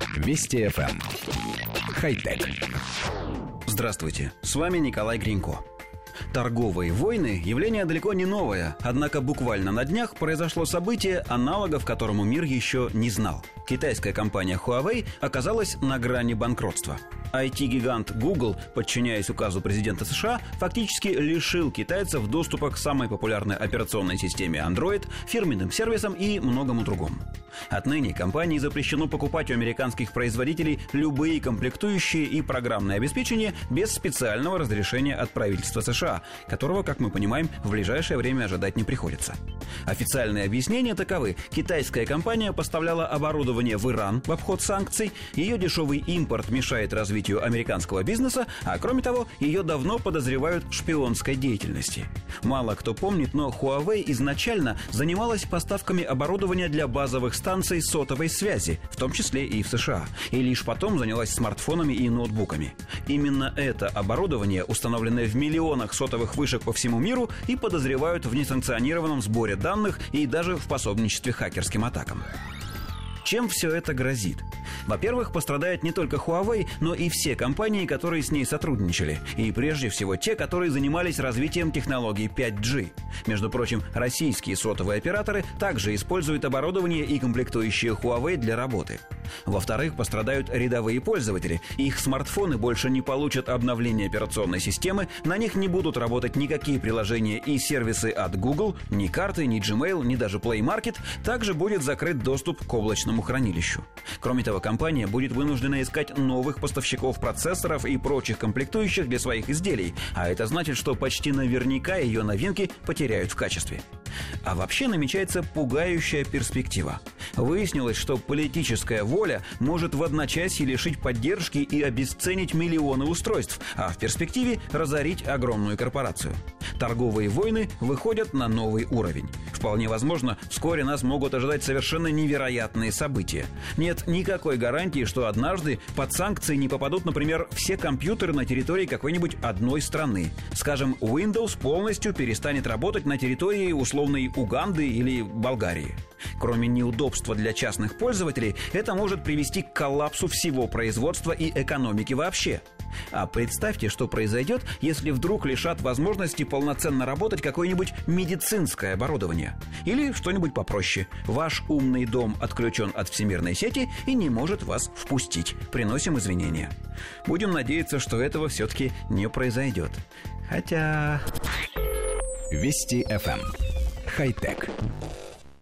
Вести ФМ. Хай-тек. Здравствуйте, с вами Николай Гринько. Торговые войны – явление далеко не новое, однако буквально на днях произошло событие, аналогов которому мир еще не знал. Китайская компания Huawei оказалась на грани банкротства. IT-гигант Google, подчиняясь указу президента США, фактически лишил китайцев доступа к самой популярной операционной системе Android, фирменным сервисам и многому другому. Отныне компании запрещено покупать у американских производителей любые комплектующие и программное обеспечение без специального разрешения от правительства США, которого, как мы понимаем, в ближайшее время ожидать не приходится. Официальные объяснения таковы. Китайская компания поставляла оборудование в Иран в обход санкций, ее дешевый импорт мешает развитию американского бизнеса, а кроме того, ее давно подозревают в шпионской деятельности. Мало кто помнит, но Huawei изначально занималась поставками оборудования для базовых станций сотовой связи, в том числе и в США, и лишь потом занялась смартфонами и ноутбуками. Именно это оборудование, установленное в миллионах сотовых вышек по всему миру, и подозревают в несанкционированном сборе данных и даже в пособничестве хакерским атакам. Чем все это грозит? Во-первых, пострадает не только Huawei, но и все компании, которые с ней сотрудничали. И прежде всего те, которые занимались развитием технологий 5G. Между прочим, российские сотовые операторы также используют оборудование и комплектующие Huawei для работы. Во-вторых, пострадают рядовые пользователи. Их смартфоны больше не получат обновление операционной системы, на них не будут работать никакие приложения и сервисы от Google, ни карты, ни Gmail, ни даже Play Market. Также будет закрыт доступ к облачному хранилищу. Кроме того, компания будет вынуждена искать новых поставщиков процессоров и прочих комплектующих для своих изделий, а это значит, что почти наверняка ее новинки потеряют в качестве. А вообще намечается пугающая перспектива. Выяснилось, что политическая воля может в одночасье лишить поддержки и обесценить миллионы устройств, а в перспективе разорить огромную корпорацию. Торговые войны выходят на новый уровень. Вполне возможно, вскоре нас могут ожидать совершенно невероятные события. Нет никакой гарантии, что однажды под санкции не попадут, например, все компьютеры на территории какой-нибудь одной страны. Скажем, Windows полностью перестанет работать на территории условной Уганды или Болгарии. Кроме неудобства для частных пользователей, это может привести к коллапсу всего производства и экономики вообще. А представьте, что произойдет, если вдруг лишат возможности полноценно работать какое-нибудь медицинское оборудование. Или что-нибудь попроще. Ваш умный дом отключен от всемирной сети и не может вас впустить. Приносим извинения. Будем надеяться, что этого все-таки не произойдет. Хотя... Вести ФМ. Хай-тек.